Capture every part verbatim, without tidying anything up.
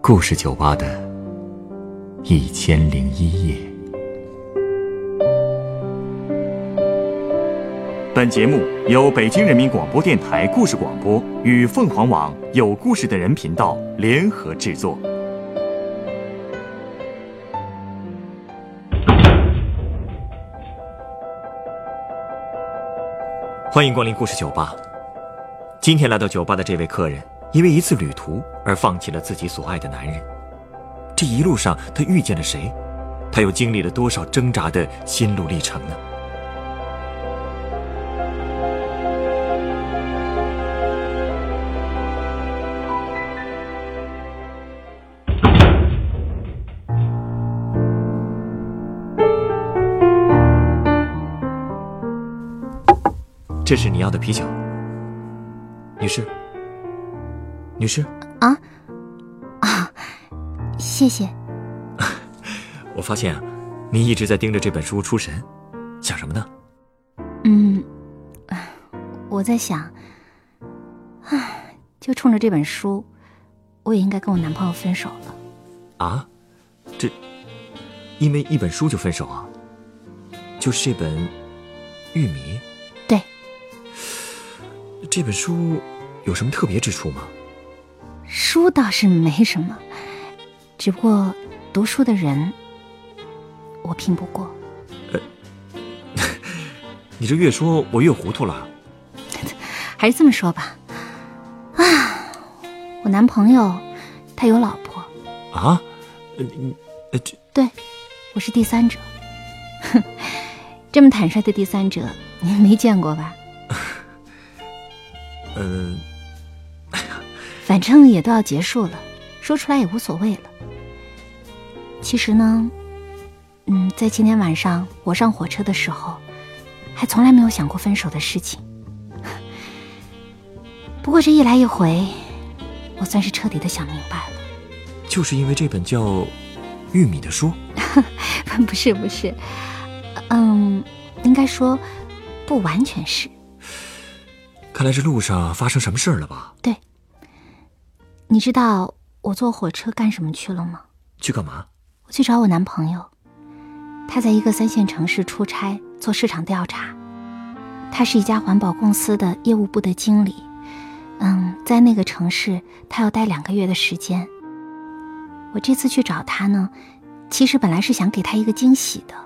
故事酒吧的一千零一夜。 本节目由北京人民广播电台故事广播与凤凰网有故事的人频道联合制作。欢迎光临故事酒吧。今天来到酒吧的这位客人，因为一次旅途而放弃了自己所爱的男人。这一路上他遇见了谁？他又经历了多少挣扎的心路历程呢？这是你要的啤酒，女士。女士啊啊，谢谢。 我发现啊，你一直在盯着这本书出神，想什么呢？ 嗯，我在想，唉，就冲着这本书，我也应该跟我男朋友分手了。 啊？这因为一本书就分手啊？就是这本《玉迷》？ 对。 这本书有什么特别之处吗？ 书倒是没什么，只不过读书的人我拼不过。 呃，你这越说我越糊涂了。 还是这么说吧，啊，我男朋友他有老婆。 啊？呃，呃这对，我是第三者。哼，这么坦率的第三者您没见过吧？ 嗯、呃， 反正也都要结束了，说出来也无所谓了。其实呢，嗯，在今天晚上我上火车的时候，还从来没有想过分手的事情。不过这一来一回，我算是彻底的想明白了。 就是因为这本叫《玉米》的书？ 不是不是，嗯，应该说不完全是。 看来这路上发生什么事儿了吧？ 对。你知道我坐火车干什么去了吗？ 去干嘛？ 我去找我男朋友，他在一个三线城市出差做市场调查，他是一家环保公司的业务部的经理。嗯，在那个城市他要待两个月的时间。我这次去找他呢，其实本来是想给他一个惊喜的。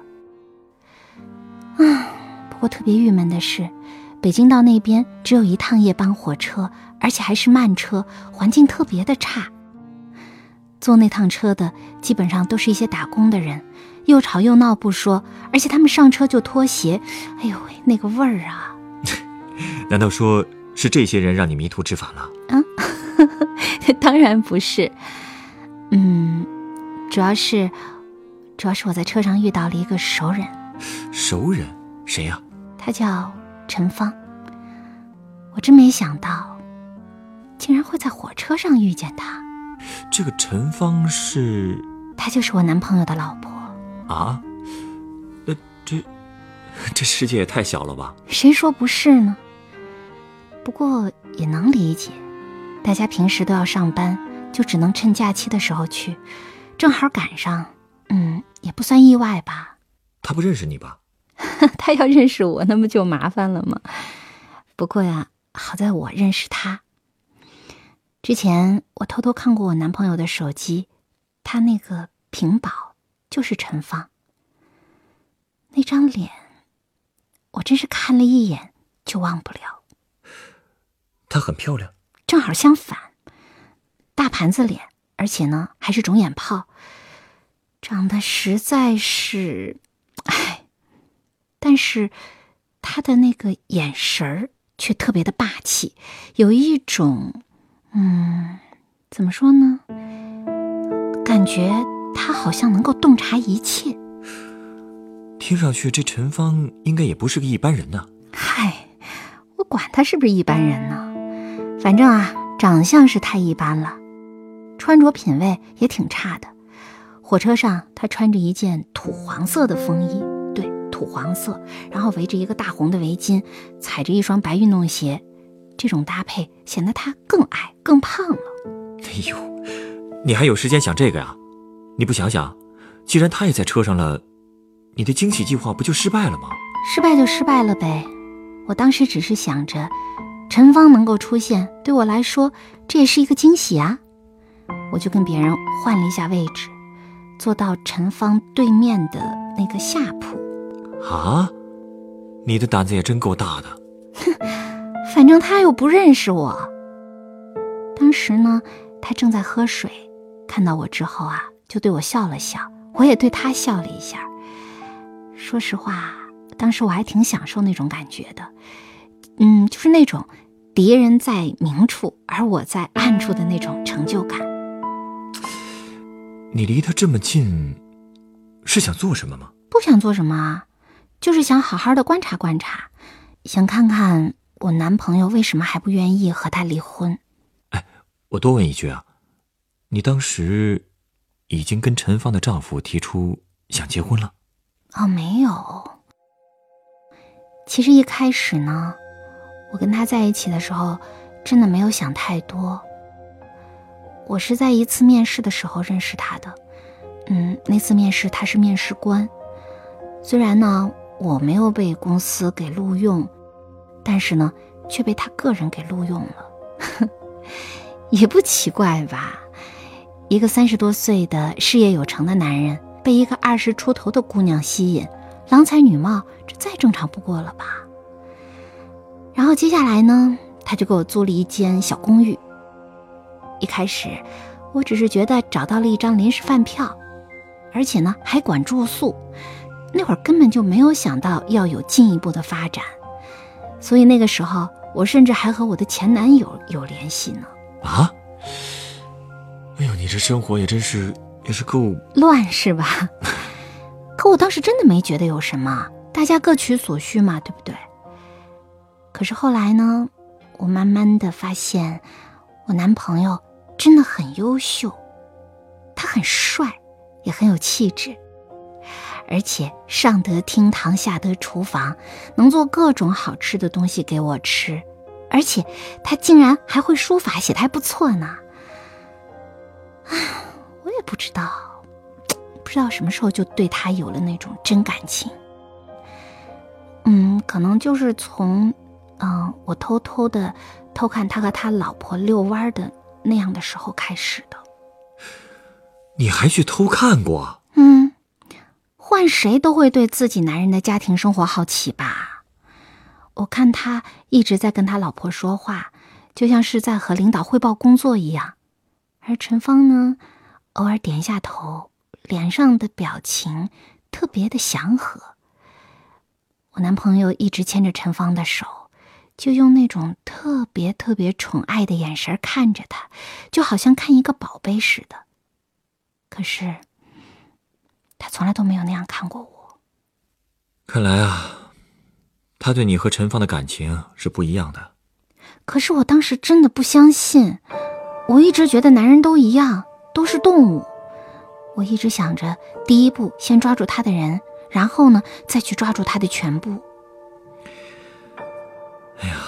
啊，不过特别郁闷的是，北京到那边只有一趟夜班火车，而且还是慢车，环境特别的差。坐那趟车的基本上都是一些打工的人，又吵又闹不说，而且他们上车就脱鞋，哎呦喂，那个味儿啊！ 难道说是这些人让你迷途知返了？ 啊，当然不是。嗯，主要是主要是我在车上遇到了一个熟人。 熟人？谁呀？ 他叫陈芳。我真没想到竟然会在火车上遇见他。 这个陈芳是？ 她就是我男朋友的老婆。 啊？呃，这这世界也太小了吧？ 谁说不是呢？不过也能理解，大家平时都要上班，就只能趁假期的时候去，正好赶上，嗯，也不算意外吧。 他不认识你吧？ 他要认识我，那不就麻烦了吗？不过呀，好在我认识他。之前我偷偷看过我男朋友的手机，他那个屏保就是陈芳。那张脸，我真是看了一眼就忘不了。 她很漂亮。 正好相反，大盘子脸，而且呢还是肿眼泡，长得实在是，唉。但是他的那个眼神儿却特别的霸气，有一种，嗯，怎么说呢？感觉他好像能够洞察一切。 听上去这陈芳应该也不是个一般人呢。 嗨，我管他是不是一般人呢？反正啊，长相是太一般了，穿着品味也挺差的。火车上他穿着一件土黄色的风衣，对，土黄色，然后围着一个大红的围巾，踩着一双白运动鞋，这种搭配显得他更矮更胖了。 哎呦， 你还有时间想这个呀？你不想想，既然他也在车上了，你的惊喜计划不就失败了吗？ 失败就失败了呗。我当时只是想着，陈芳能够出现，对我来说这也是一个惊喜啊。我就跟别人换了一下位置，坐到陈芳对面的那个下铺。 啊？你的胆子也真够大的。 反正他又不认识我。当时呢，他正在喝水，看到我之后啊，就对我笑了笑，我也对他笑了一下。说实话，当时我还挺享受那种感觉的，嗯，就是那种敌人在明处，而我在暗处的那种成就感。 你离他这么近，是想做什么吗？ 不想做什么啊，就是想好好的观察观察，想看看我男朋友为什么还不愿意和他离婚。 哎，我多问一句啊，你当时已经跟陈芳的丈夫提出想结婚了？ 哦，没有。其实一开始呢，我跟他在一起的时候，真的没有想太多。我是在一次面试的时候认识他的，嗯，那次面试他是面试官。虽然呢，我没有被公司给录用，但是呢，却被他个人给录用了。也不奇怪吧，一个三十多岁的事业有成的男人，被一个二十出头的姑娘吸引，郎才女貌，这再正常不过了吧。然后接下来呢，他就给我租了一间小公寓。一开始我只是觉得找到了一张临时饭票，而且呢还管住宿，那会儿根本就没有想到要有进一步的发展，所以那个时候我甚至还和我的前男友有联系呢。 啊？哎呦，你这生活也真是也是够乱是吧？可我当时真的没觉得有什么，大家各取所需嘛，对不对？可是后来呢，我慢慢的发现我男朋友真的很优秀，他很帅，也很有气质，而且上得厅堂下得厨房，能做各种好吃的东西给我吃，而且他竟然还会书法，写得还不错呢。唉，我也不知道不知道什么时候就对他有了那种真感情。嗯，可能就是从嗯、呃，我偷偷的偷看他和他老婆遛弯的那样的时候开始的。 你还去偷看过？ 嗯，换谁都会对自己男人的家庭生活好奇吧。我看他一直在跟他老婆说话，就像是在和领导汇报工作一样，而陈芳呢，偶尔点一下头，脸上的表情特别的祥和。我男朋友一直牵着陈芳的手，就用那种特别特别宠爱的眼神看着她，就好像看一个宝贝似的。可是他从来都没有那样看过我。 看来啊，他对你和陈芳的感情是不一样的。 可是我当时真的不相信，我一直觉得男人都一样，都是动物。我一直想着第一步先抓住他的人，然后呢再去抓住他的全部。 哎呀，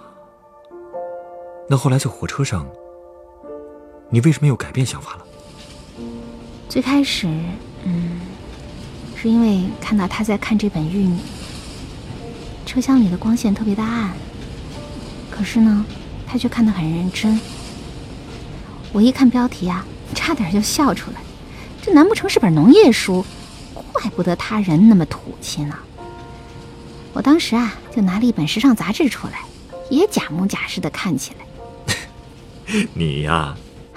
那后来在火车上，你为什么又改变想法了？ 最开始嗯，是因为看到他在看这本《玉女》，车厢里的光线特别的暗，可是呢他却看得很认真。我一看标题啊，差点就笑出来，这难不成是本农业书？怪不得他人那么土气呢。我当时啊就拿了一本时尚杂志出来，也假模假式的看起来。 你呀，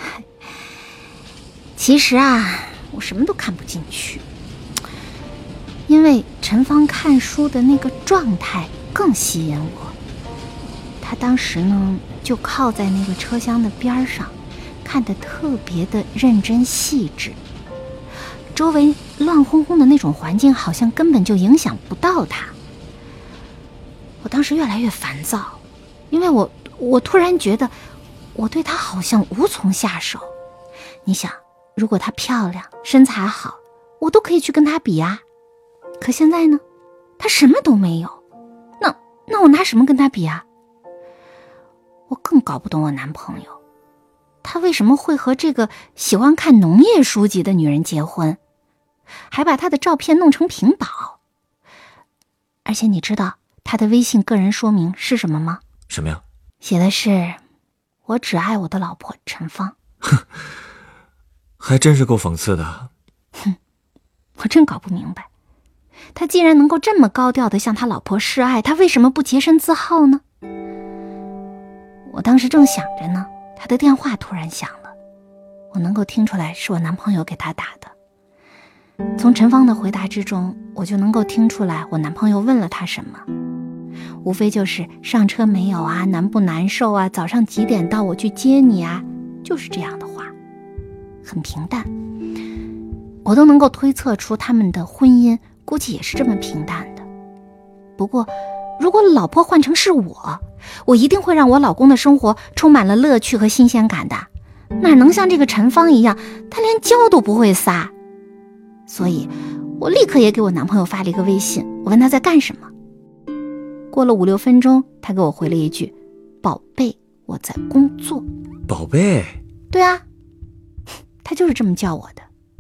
其实啊我什么都看不进去，因为陈芳看书的那个状态更吸引我。他当时呢就靠在那个车厢的边上，看得特别的认真细致，周围乱哄哄的那种环境好像根本就影响不到他。我当时越来越烦躁，因为我我突然觉得我对他好像无从下手。你想，如果她漂亮身材好，我都可以去跟她比啊。可现在呢，她什么都没有，那那我拿什么跟她比啊？我更搞不懂我男朋友， 他为什么会和这个喜欢看农业书籍的女人结婚，还把他的照片弄成屏保？而且你知道他的微信个人说明是什么吗？ 什么呀？ 写的是我只爱我的老婆陈芳。 还真是够讽刺的。 哼，我真搞不明白，他既然能够这么高调地向他老婆示爱，他为什么不洁身自好呢？我当时正想着呢，他的电话突然响了，我能够听出来是我男朋友给他打的。从陈芳的回答之中，我就能够听出来我男朋友问了他什么，无非就是上车没有啊，难不难受啊，早上几点到我去接你啊，就是这样的话，很平淡。我都能够推测出他们的婚姻估计也是这么平淡的。不过如果老婆换成是我，我一定会让我老公的生活充满了乐趣和新鲜感的，哪能像这个陈芳一样，她连胶都不会撒。所以我立刻也给我男朋友发了一个微信，我问他在干什么。过了五六分钟，他给我回了一句：宝贝，我在工作。 宝贝？ 对啊，他就是这么叫我的。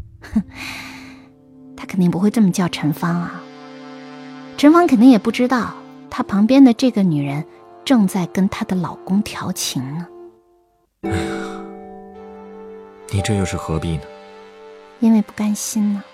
他肯定不会这么叫陈芳啊。陈芳肯定也不知道他旁边的这个女人正在跟她的老公调情呢。 哎呀，你这又是何必呢？ 因为不甘心呢。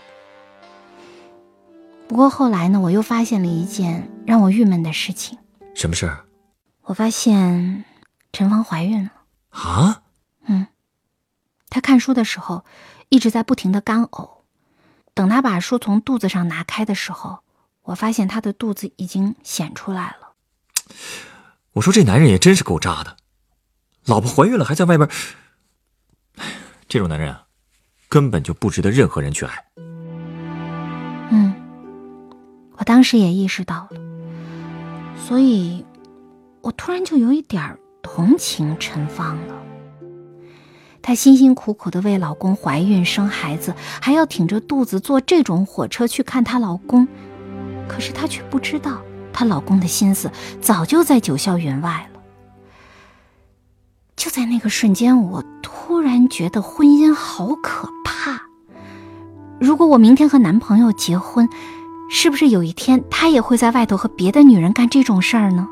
不过后来呢，我又发现了一件让我郁闷的事情。 什么事儿？ 我发现陈芳怀孕了。 啊？ 嗯，她看书的时候一直在不停地干呕，等她把书从肚子上拿开的时候，我发现她的肚子已经显出来了。 我说这男人也真是够渣的，老婆怀孕了还在外边，这种男人啊，根本就不值得任何人去爱。 嗯，我当时也意识到了，所以我突然就有一点同情陈芳了。她辛辛苦苦地为老公怀孕生孩子，还要挺着肚子坐这种火车去看她老公，可是她却不知道她老公的心思早就在九霄云外了。就在那个瞬间，我突然觉得婚姻好可怕。如果我明天和男朋友结婚，是不是有一天他也会在外头和别的女人干这种事儿呢？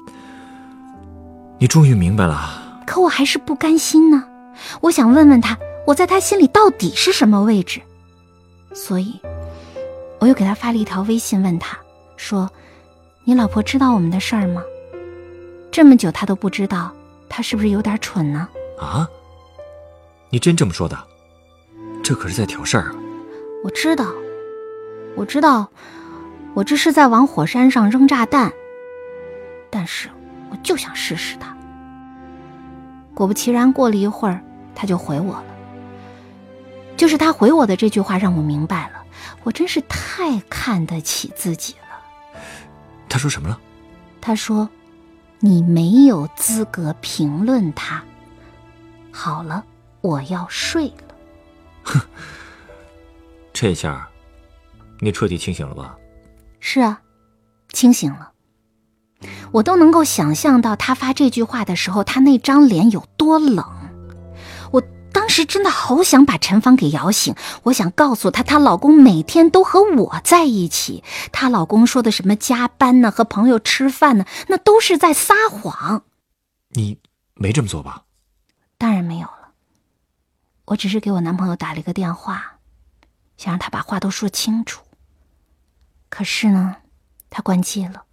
你终于明白了。 可我还是不甘心呢。我想问问他，我在他心里到底是什么位置？所以我又给他发了一条微信，问他说，你老婆知道我们的事儿吗？这么久他都不知道，他是不是有点蠢呢？ 啊？你真这么说的？这可是在挑事儿啊。 我知道，我知道，我这是在往火山上扔炸弹，但是我就想试试它。果不其然，过了一会儿他就回我了。就是他回我的这句话让我明白了，我真是太看得起自己了。 他说什么了？ 他说，你没有资格评论他。好了，我要睡了。 哼，这下你彻底清醒了吧？ 是啊，清醒了。我都能够想象到他发这句话的时候，他那张脸有多冷。我当时真的好想把陈芳给摇醒，我想告诉她，她老公每天都和我在一起，她老公说的什么加班呢，和朋友吃饭呢，那都是在撒谎。 你没这么做吧？ 当然没有了，我只是给我男朋友打了一个电话，想让他把话都说清楚。可是呢，他关机了，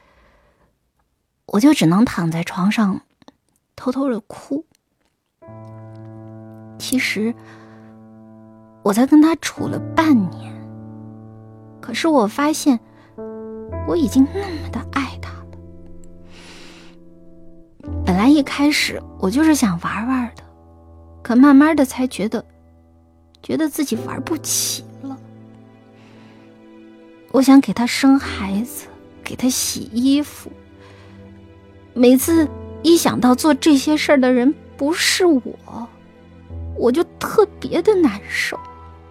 我就只能躺在床上偷偷的哭。其实我才跟他处了半年，可是我发现我已经那么的爱他了。本来一开始我就是想玩玩的，可慢慢的才觉得觉得自己玩不起了。我想给他生孩子，给他洗衣服，每次一想到做这些事儿的人不是我，我就特别的难受。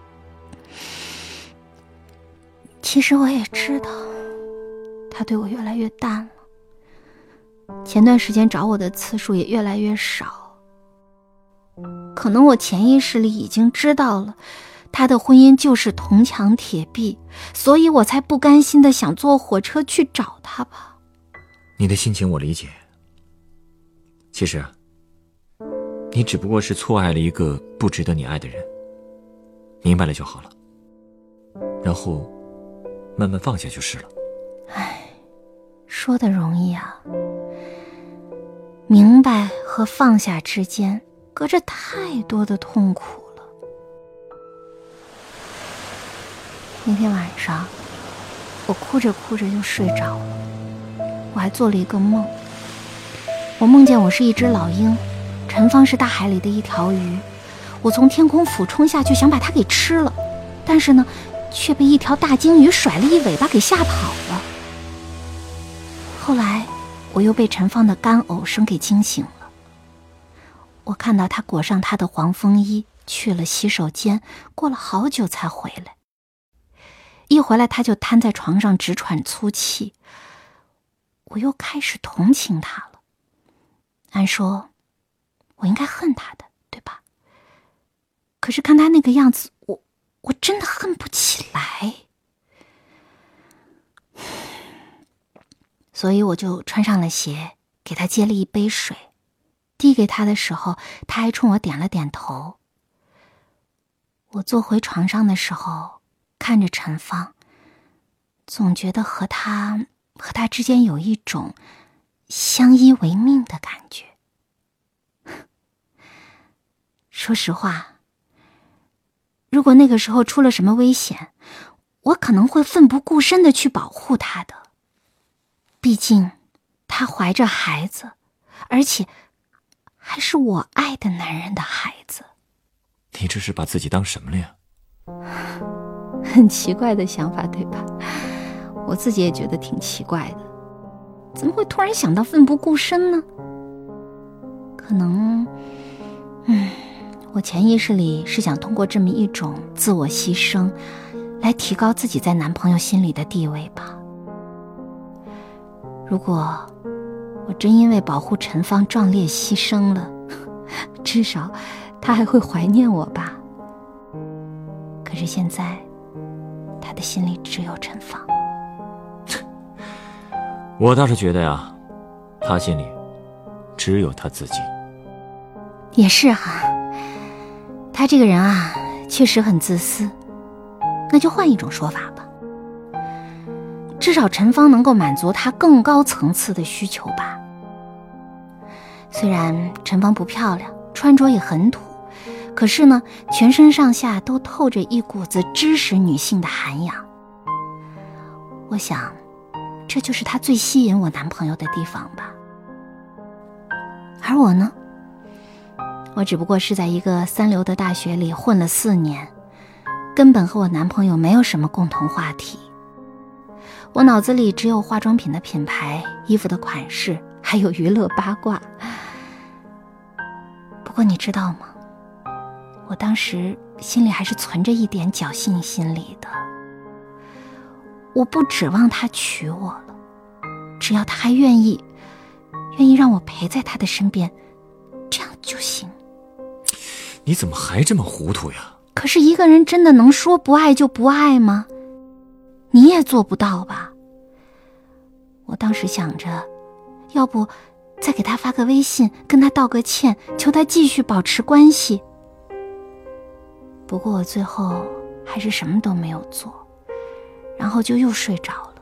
其实我也知道他对我越来越淡了，前段时间找我的次数也越来越少。 可能我潜意识里已经知道了，他的婚姻就是铜墙铁壁，所以我才不甘心的想坐火车去找他吧。 你的心情我理解，其实你只不过是错爱了一个不值得你爱的人，明白了就好了，然后慢慢放下就是了。 唉，说的容易啊，明白和放下之间隔着太多的痛苦了。那天晚上我哭着哭着就睡着了，我还做了一个梦。我梦见我是一只老鹰，陈芳是大海里的一条鱼，我从天空俯冲下去想把它给吃了，但是呢却被一条大鲸鱼甩了一尾巴给吓跑了。后来我又被陈芳的干呕声给惊醒了，我看到他裹上他的黄风衣去了洗手间，过了好久才回来。一回来他就瘫在床上直喘粗气，我又开始同情他了。按说我应该恨他的，对吧？可是看他那个样子，我我真的恨不起来。所以我就穿上了鞋，给他接了一杯水，递给他的时候，他还冲我点了点头。我坐回床上的时候，看着陈芳，总觉得和他和他之间有一种相依为命的感觉。说实话，如果那个时候出了什么危险，我可能会奋不顾身的去保护他的。毕竟他怀着孩子，而且还是我爱的男人的孩子。 你这是把自己当什么了呀？ 很奇怪的想法，对吧？我自己也觉得挺奇怪的，怎么会突然想到奋不顾身呢？可能嗯我潜意识里是想通过这么一种自我牺牲来提高自己在男朋友心里的地位吧。如果我真因为保护陈芳壮烈牺牲了，至少他还会怀念我吧。可是现在他的心里只有陈芳。 我倒是觉得呀，他心里只有他自己。 也是哈，他这个人啊，确实很自私。那就换一种说法吧，至少陈芳能够满足他更高层次的需求吧。虽然陈芳不漂亮，穿着也很土，可是呢，全身上下都透着一股子知识女性的涵养。我想，这就是他最吸引我男朋友的地方吧。而我呢，我只不过是在一个三流的大学里混了四年，根本和我男朋友没有什么共同话题。我脑子里只有化妆品的品牌、衣服的款式，还有娱乐八卦。不过你知道吗？我当时心里还是存着一点侥幸心理的。我不指望他娶我了，只要他还愿意，愿意让我陪在他的身边，这样就行。 你怎么还这么糊涂呀？ 可是一个人真的能说不爱就不爱吗？你也做不到吧？我当时想着，要不再给他发个微信，跟他道个歉，求他继续保持关系。不过我最后还是什么都没有做，然后就又睡着了。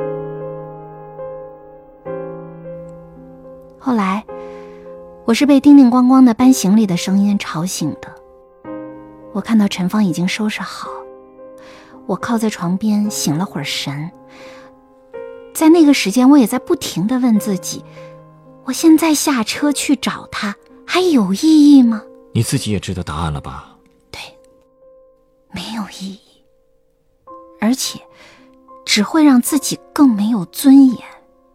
后来我是被叮叮咣咣的搬行李的声音吵醒的。我看到陈芳已经收拾好，我靠在床边醒了会儿神。在那个时间，我也在不停地问自己，我现在下车去找他还有意义吗？ 你自己也知道答案了吧？ 对，没有意义，而且只会让自己更没有尊严。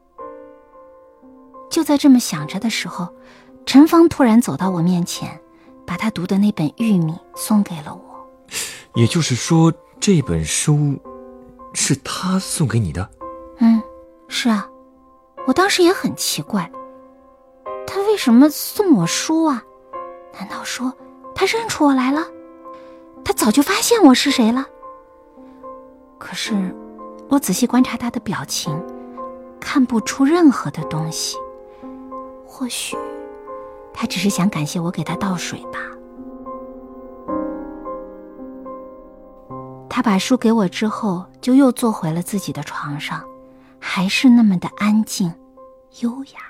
就在这么想着的时候，陈芳突然走到我面前，把他读的那本《玉米》送给了我。 也就是说，这本书是他送给你的？ 嗯，是啊。我当时也很奇怪，他为什么送我书啊？难道说他认出我来了，他早就发现我是谁了。可是我仔细观察他的表情，看不出任何的东西。或许他只是想感谢我给他倒水吧。他把书给我之后，就又坐回了自己的床上，还是那么的安静优雅。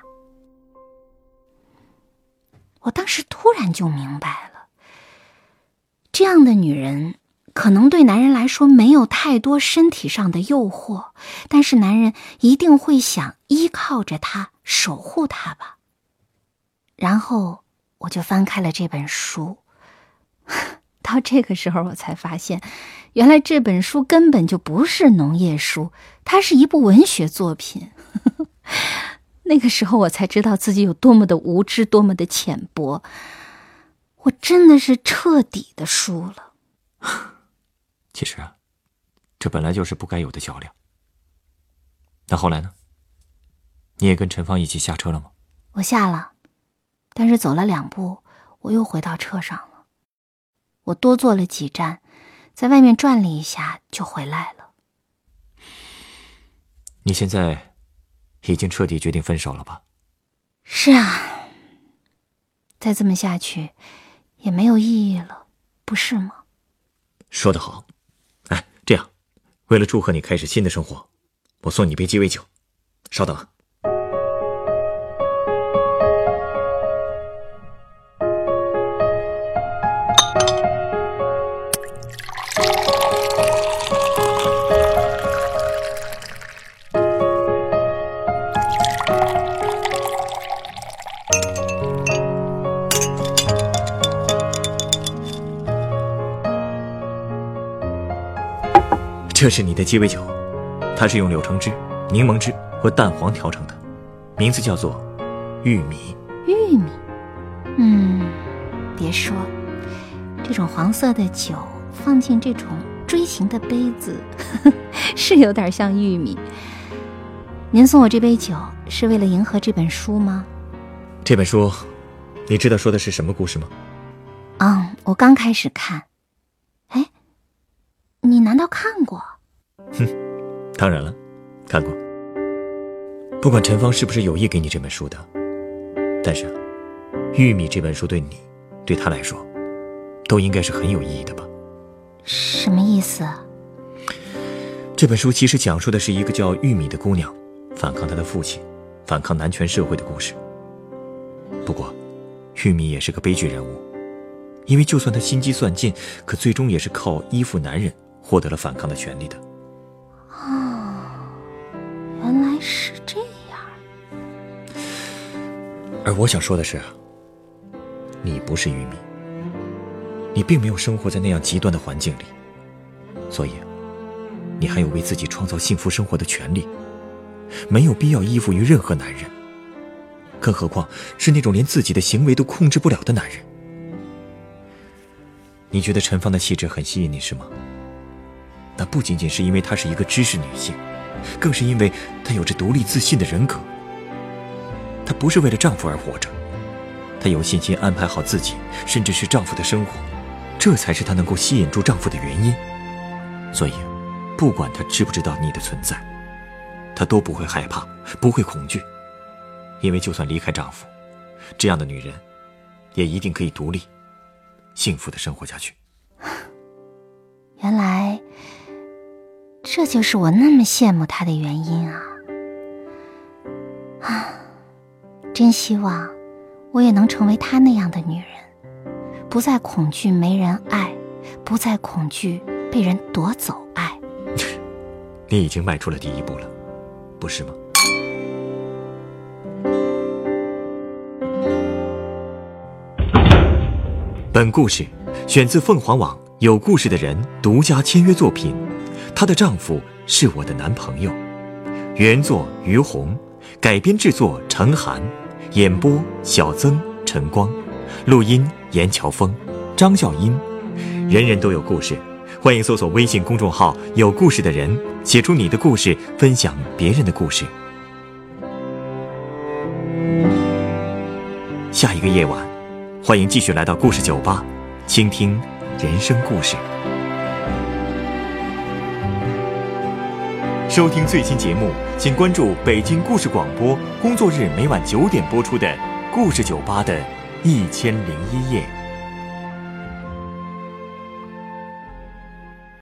我当时突然就明白了，这样的女人可能对男人来说没有太多身体上的诱惑，但是男人一定会想依靠着她，守护她吧。然后我就翻开了这本书，到这个时候我才发现，原来这本书根本就不是农业书，它是一部文学作品。那个时候我才知道自己有多么的无知，多么的浅薄，我真的是彻底的输了。 其实啊，这本来就是不该有的较量。那后来呢？你也跟陈芳一起下车了吗？ 我下了，但是走了两步，我又回到车上了。我多坐了几站，在外面转了一下就回来了。 你现在已经彻底决定分手了吧？ 是啊，再这么下去也没有意义了，不是吗？ 说得好。哎，这样，为了祝贺你开始新的生活，我送你杯鸡尾酒。稍等啊。这是你的鸡尾酒，它是用柳橙汁、柠檬汁和蛋黄调成的，名字叫做玉米。 玉米，嗯，别说，这种黄色的酒放进这种锥形的杯子，呵呵，是有点像玉米。您送我这杯酒是为了迎合这本书吗？ 这本书，你知道说的是什么故事吗？ 嗯，我刚开始看。哎，你难道看过？ 哼，当然了，看过。不管陈芳是不是有意给你这本书的，但是玉米这本书对你，对他来说，都应该是很有意义的吧？ 什么意思？ 这本书其实讲述的是一个叫玉米的姑娘反抗她的父亲，反抗男权社会的故事。不过玉米也是个悲剧人物，因为就算她心机算尽，可最终也是靠依附男人获得了反抗的权利的。 哦，原来是这样。 而我想说的是，你不是玉米，你并没有生活在那样极端的环境里，所以你还有为自己创造幸福生活的权利，没有必要依附于任何男人，更何况是那种连自己的行为都控制不了的男人。你觉得陈芳的气质很吸引你是吗？那不仅仅是因为她是一个知识女性，更是因为她有着独立自信的人格。她不是为了丈夫而活着，她有信心安排好自己甚至是丈夫的生活，这才是她能够吸引住丈夫的原因。所以不管她知不知道你的存在，她都不会害怕，不会恐惧，因为就算离开丈夫，这样的女人也一定可以独立幸福的生活下去。 原来这就是我那么羡慕他的原因啊！啊，真希望我也能成为他那样的女人，不再恐惧没人爱，不再恐惧被人夺走爱。 你已经迈出了第一步了，不是吗？本故事选自凤凰网有故事的人独家签约作品，她的丈夫是我的男朋友。原作于红，改编制作程涵，演播小曾、陈光，录音严乔峰、张笑音。人人都有故事，欢迎搜索微信公众号有故事的人，写出你的故事，分享别人的故事。下一个夜晚，欢迎继续来到故事酒吧， 倾听人生故事。收听最新节目，请关注北京故事广播，工作日每晚九点播出的《故事酒吧》的一千零一夜。